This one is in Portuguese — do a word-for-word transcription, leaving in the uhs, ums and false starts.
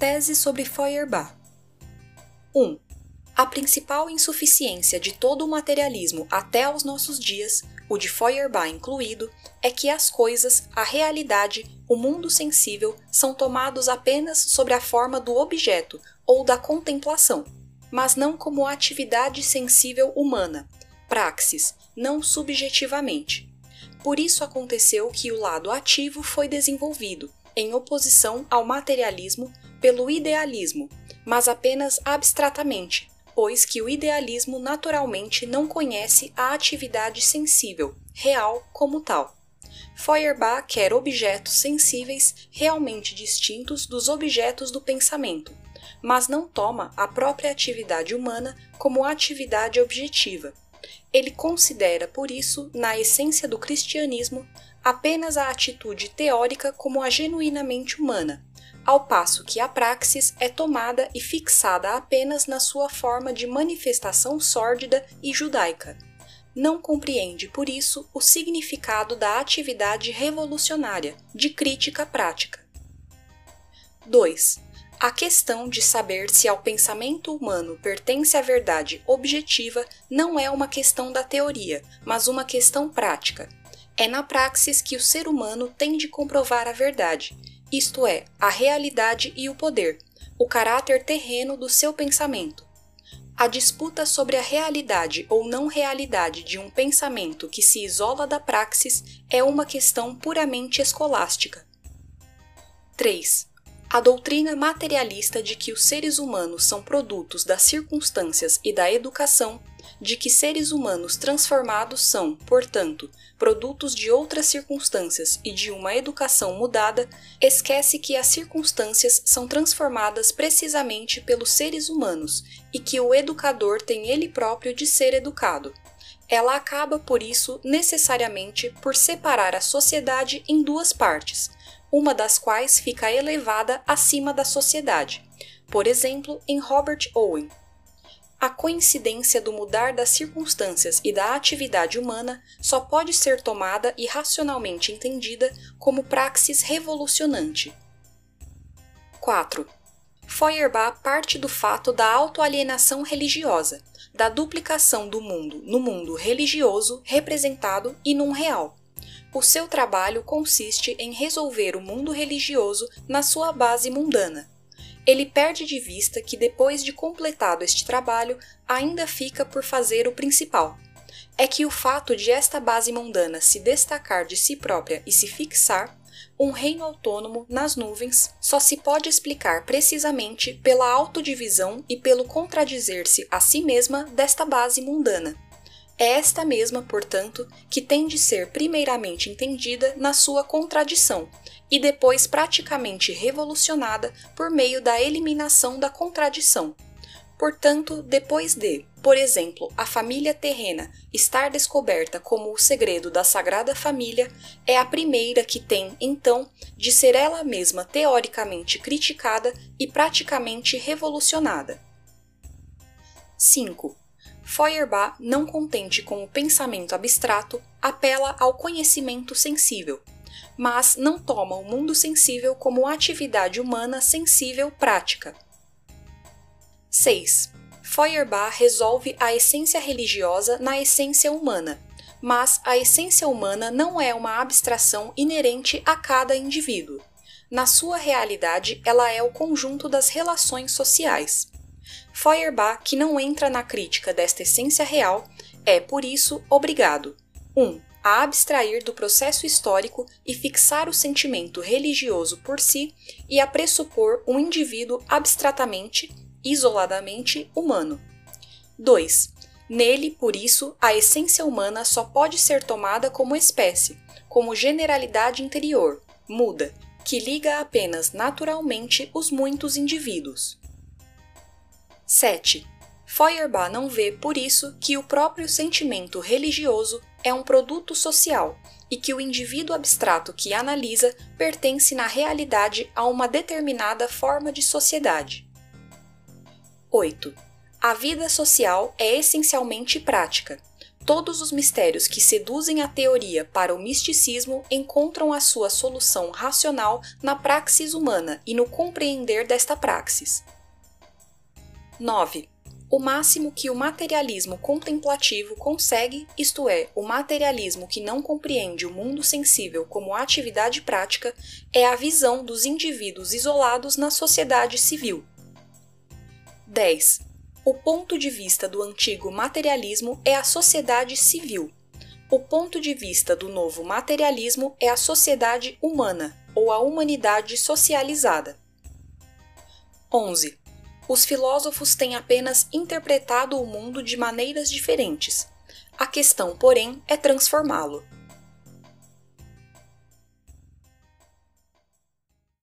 Tese sobre Feuerbach. um. A principal insuficiência de todo o materialismo até aos nossos dias, o de Feuerbach incluído, é que as coisas, a realidade, o mundo sensível são tomados apenas sobre a forma do objeto ou da contemplação, mas não como atividade sensível humana, praxis, não subjetivamente. Por isso aconteceu que o lado ativo foi desenvolvido, em oposição ao materialismo, pelo idealismo, mas apenas abstratamente, pois que o idealismo naturalmente não conhece a atividade sensível, real como tal. Feuerbach quer objetos sensíveis realmente distintos dos objetos do pensamento, mas não toma a própria atividade humana como atividade objetiva. Ele considera, por isso, na essência do cristianismo, apenas a atitude teórica como a genuinamente humana, ao passo que a praxis é tomada e fixada apenas na sua forma de manifestação sórdida e judaica. Não compreende, por isso, o significado da atividade revolucionária, de crítica prática. dois. A questão de saber se ao pensamento humano pertence a verdade objetiva não é uma questão da teoria, mas uma questão prática. É na praxis que o ser humano tem de comprovar a verdade, isto é, a realidade e o poder, o caráter terreno do seu pensamento. A disputa sobre a realidade ou não realidade de um pensamento que se isola da praxis é uma questão puramente escolástica. três. A doutrina materialista de que os seres humanos são produtos das circunstâncias e da educação, de que seres humanos transformados são, portanto, produtos de outras circunstâncias e de uma educação mudada, esquece que as circunstâncias são transformadas precisamente pelos seres humanos e que o educador tem ele próprio de ser educado. Ela acaba, por isso, necessariamente por separar a sociedade em duas partes, uma das quais fica elevada acima da sociedade, por exemplo, em Robert Owen. A coincidência do mudar das circunstâncias e da atividade humana só pode ser tomada e racionalmente entendida como praxis revolucionante. quatro. Feuerbach parte do fato da autoalienação religiosa, da duplicação do mundo no mundo religioso representado e num real. O seu trabalho consiste em resolver o mundo religioso na sua base mundana. Ele perde de vista que depois de completado este trabalho, ainda fica por fazer o principal. É que o fato de esta base mundana se destacar de si própria e se fixar, um reino autônomo nas nuvens, só se pode explicar precisamente pela autodivisão e pelo contradizer-se a si mesma desta base mundana. É esta mesma, portanto, que tem de ser primeiramente entendida na sua contradição, e depois praticamente revolucionada por meio da eliminação da contradição. Portanto, depois de, por exemplo, a família terrena estar descoberta como o segredo da Sagrada Família, é a primeira que tem, então, de ser ela mesma teoricamente criticada e praticamente revolucionada. cinco. Feuerbach, não contente com o pensamento abstrato, apela ao conhecimento sensível, mas não toma o mundo sensível como atividade humana sensível prática. seis. Feuerbach resolve a essência religiosa na essência humana, mas a essência humana não é uma abstração inerente a cada indivíduo. Na sua realidade, ela é o conjunto das relações sociais. Feuerbach, que não entra na crítica desta essência real, é, por isso, obrigado um. A abstrair do processo histórico e fixar o sentimento religioso por si e a pressupor um indivíduo abstratamente, isoladamente humano. dois. Nele, por isso, a essência humana só pode ser tomada como espécie, como generalidade interior, muda, que liga apenas naturalmente os muitos indivíduos. sete. Feuerbach não vê, por isso, que o próprio sentimento religioso é um produto social e que o indivíduo abstrato que analisa pertence na realidade a uma determinada forma de sociedade. oito. A vida social é essencialmente prática. Todos os mistérios que seduzem a teoria para o misticismo encontram a sua solução racional na praxis humana e no compreender desta praxis. nove. O máximo que o materialismo contemplativo consegue, isto é, o materialismo que não compreende o mundo sensível como atividade prática, é a visão dos indivíduos isolados na sociedade civil. dez. O ponto de vista do antigo materialismo é a sociedade civil. O ponto de vista do novo materialismo é a sociedade humana, ou a humanidade socializada. onze. Os filósofos têm apenas interpretado o mundo de maneiras diferentes. A questão, porém, é transformá-lo.